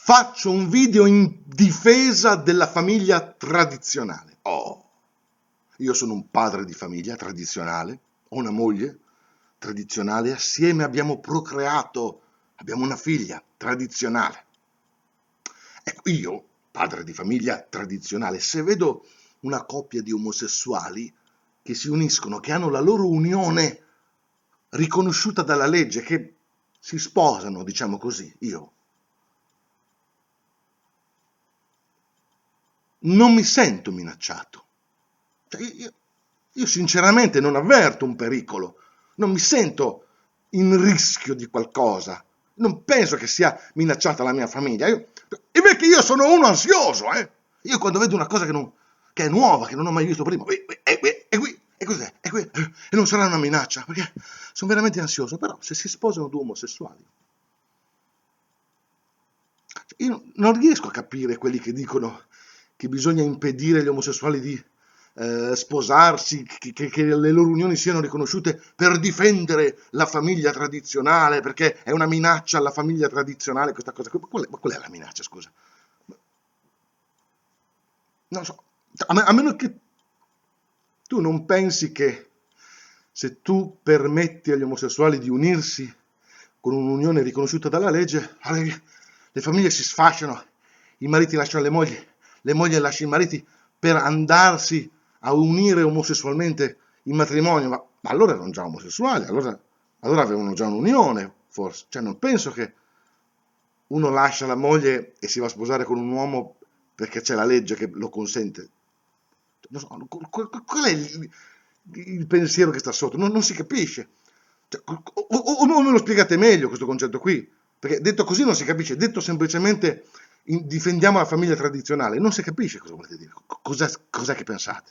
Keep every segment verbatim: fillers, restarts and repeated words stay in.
faccio un video in difesa della famiglia tradizionale. Oh, io sono un padre di famiglia tradizionale, ho una moglie tradizionale, assieme abbiamo procreato, abbiamo una figlia tradizionale. Ecco, io, padre di famiglia tradizionale, se vedo una coppia di omosessuali che si uniscono, che hanno la loro unione riconosciuta dalla legge, che si sposano, diciamo così, io non mi sento minacciato. Cioè, io, io sinceramente non avverto un pericolo, non mi sento in rischio di qualcosa, non penso che sia minacciata la mia famiglia. Io, e perché io sono uno ansioso, eh? Io quando vedo una cosa che, non, che è nuova, che non ho mai visto prima, e, e, e, e qui, e cos'è? E, qui, e non sarà una minaccia, perché sono veramente ansioso. Però se si sposano due omosessuali, io non riesco a capire quelli che dicono che bisogna impedire agli omosessuali di eh, sposarsi, che, che, che le loro unioni siano riconosciute per difendere la famiglia tradizionale, perché è una minaccia alla famiglia tradizionale questa cosa. Ma qual è, ma qual è la minaccia, scusa? Non so, a, me, a meno che tu non pensi che se tu permetti agli omosessuali di unirsi con un'unione riconosciuta dalla legge, le famiglie si sfasciano, i mariti lasciano le mogli, le mogli lasciano i mariti per andarsi a unire omosessualmente in matrimonio. Ma, ma allora erano già omosessuali, allora, allora avevano già un'unione, forse. Cioè non penso che uno lascia la moglie e si va a sposare con un uomo perché c'è la legge che lo consente. Non so, qual è il, il pensiero che sta sotto? Non, non si capisce. Cioè, o, o, o me lo spiegate meglio questo concetto qui, perché detto così non si capisce, detto semplicemente in, difendiamo la famiglia tradizionale, non si capisce cosa volete dire, cos'è, cos'è che pensate.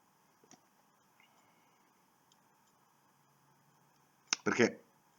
Perché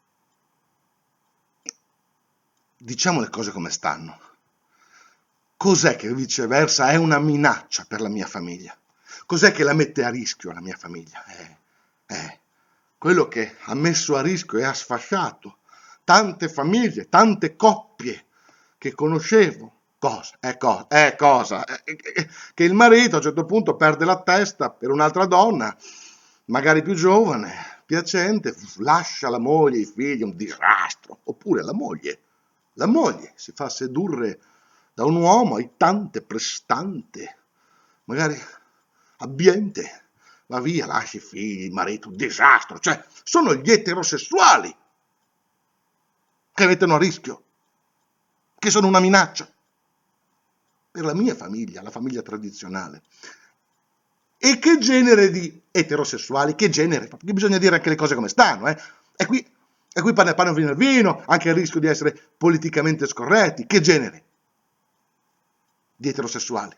diciamo le cose come stanno. Cos'è che viceversa è una minaccia per la mia famiglia? Cos'è che la mette a rischio la mia famiglia? Eh, eh, quello che ha messo a rischio e ha sfasciato tante famiglie, tante coppie che conoscevo. Cosa? È cosa? È cosa? È, è, è, che il marito a un certo punto perde la testa per un'altra donna, magari più giovane, piacente, lascia la moglie, i figli, un disastro. Oppure la moglie, la moglie si fa sedurre da un uomo aitante, prestante, magari abbiente, va via, lascia i figli, il marito, un disastro. Cioè, sono gli eterosessuali che mettono a rischio, che sono una minaccia per la mia famiglia, la famiglia tradizionale. E che genere di eterosessuali, che genere? Perché bisogna dire anche le cose come stanno, eh? E qui, e qui pane pane vino al vino, anche il rischio di essere politicamente scorretti. Che genere di eterosessuali?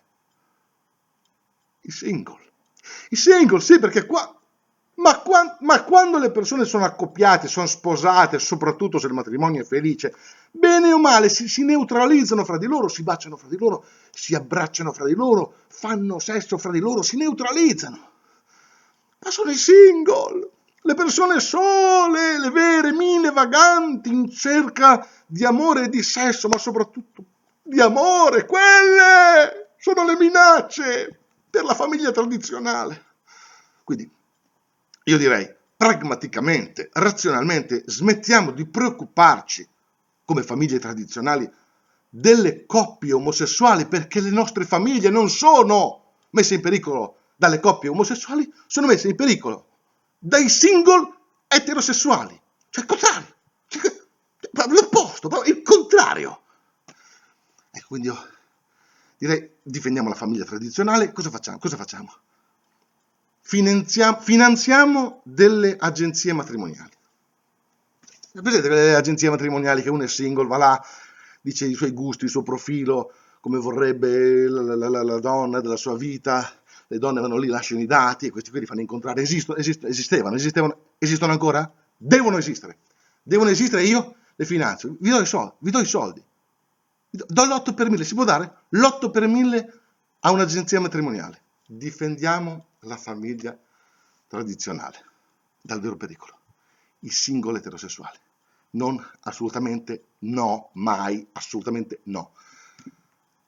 I single. I single, sì, perché qua... Ma, qua, ma quando le persone sono accoppiate, sono sposate, soprattutto se il matrimonio è felice, bene o male si, si neutralizzano fra di loro, si baciano fra di loro, si abbracciano fra di loro, fanno sesso fra di loro, si neutralizzano. Ma sono i single, le persone sole, le vere mine vaganti in cerca di amore e di sesso, ma soprattutto di amore. Quelle sono le minacce per la famiglia tradizionale. Quindi io direi, pragmaticamente, razionalmente, smettiamo di preoccuparci, come famiglie tradizionali, delle coppie omosessuali, perché le nostre famiglie non sono messe in pericolo dalle coppie omosessuali, sono messe in pericolo dai single eterosessuali. Cioè il contrario, cioè, l'opposto, il contrario. E quindi io direi, difendiamo la famiglia tradizionale, cosa facciamo? Cosa facciamo? Finanziamo, finanziamo delle agenzie matrimoniali. Vedete le agenzie matrimoniali che uno è single, va là, dice i suoi gusti, il suo profilo, come vorrebbe la, la, la, la donna della sua vita, le donne vanno lì, lasciano i dati e questi qui li fanno incontrare. Esistono, esist, esistevano, esistevano, esistono ancora? Devono esistere. Devono esistere e io le finanzio. Vi do i soldi, vi do i soldi. Vi do, do l'otto per mille, si può dare? L'otto per mille a un'agenzia matrimoniale. Difendiamo la famiglia tradizionale dal vero pericolo, i singoli eterosessuali. Non, assolutamente no, mai, assolutamente no.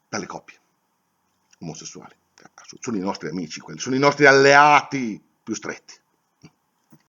per le coppie omosessuali. Sono i nostri amici, quelli, sono i nostri alleati più stretti.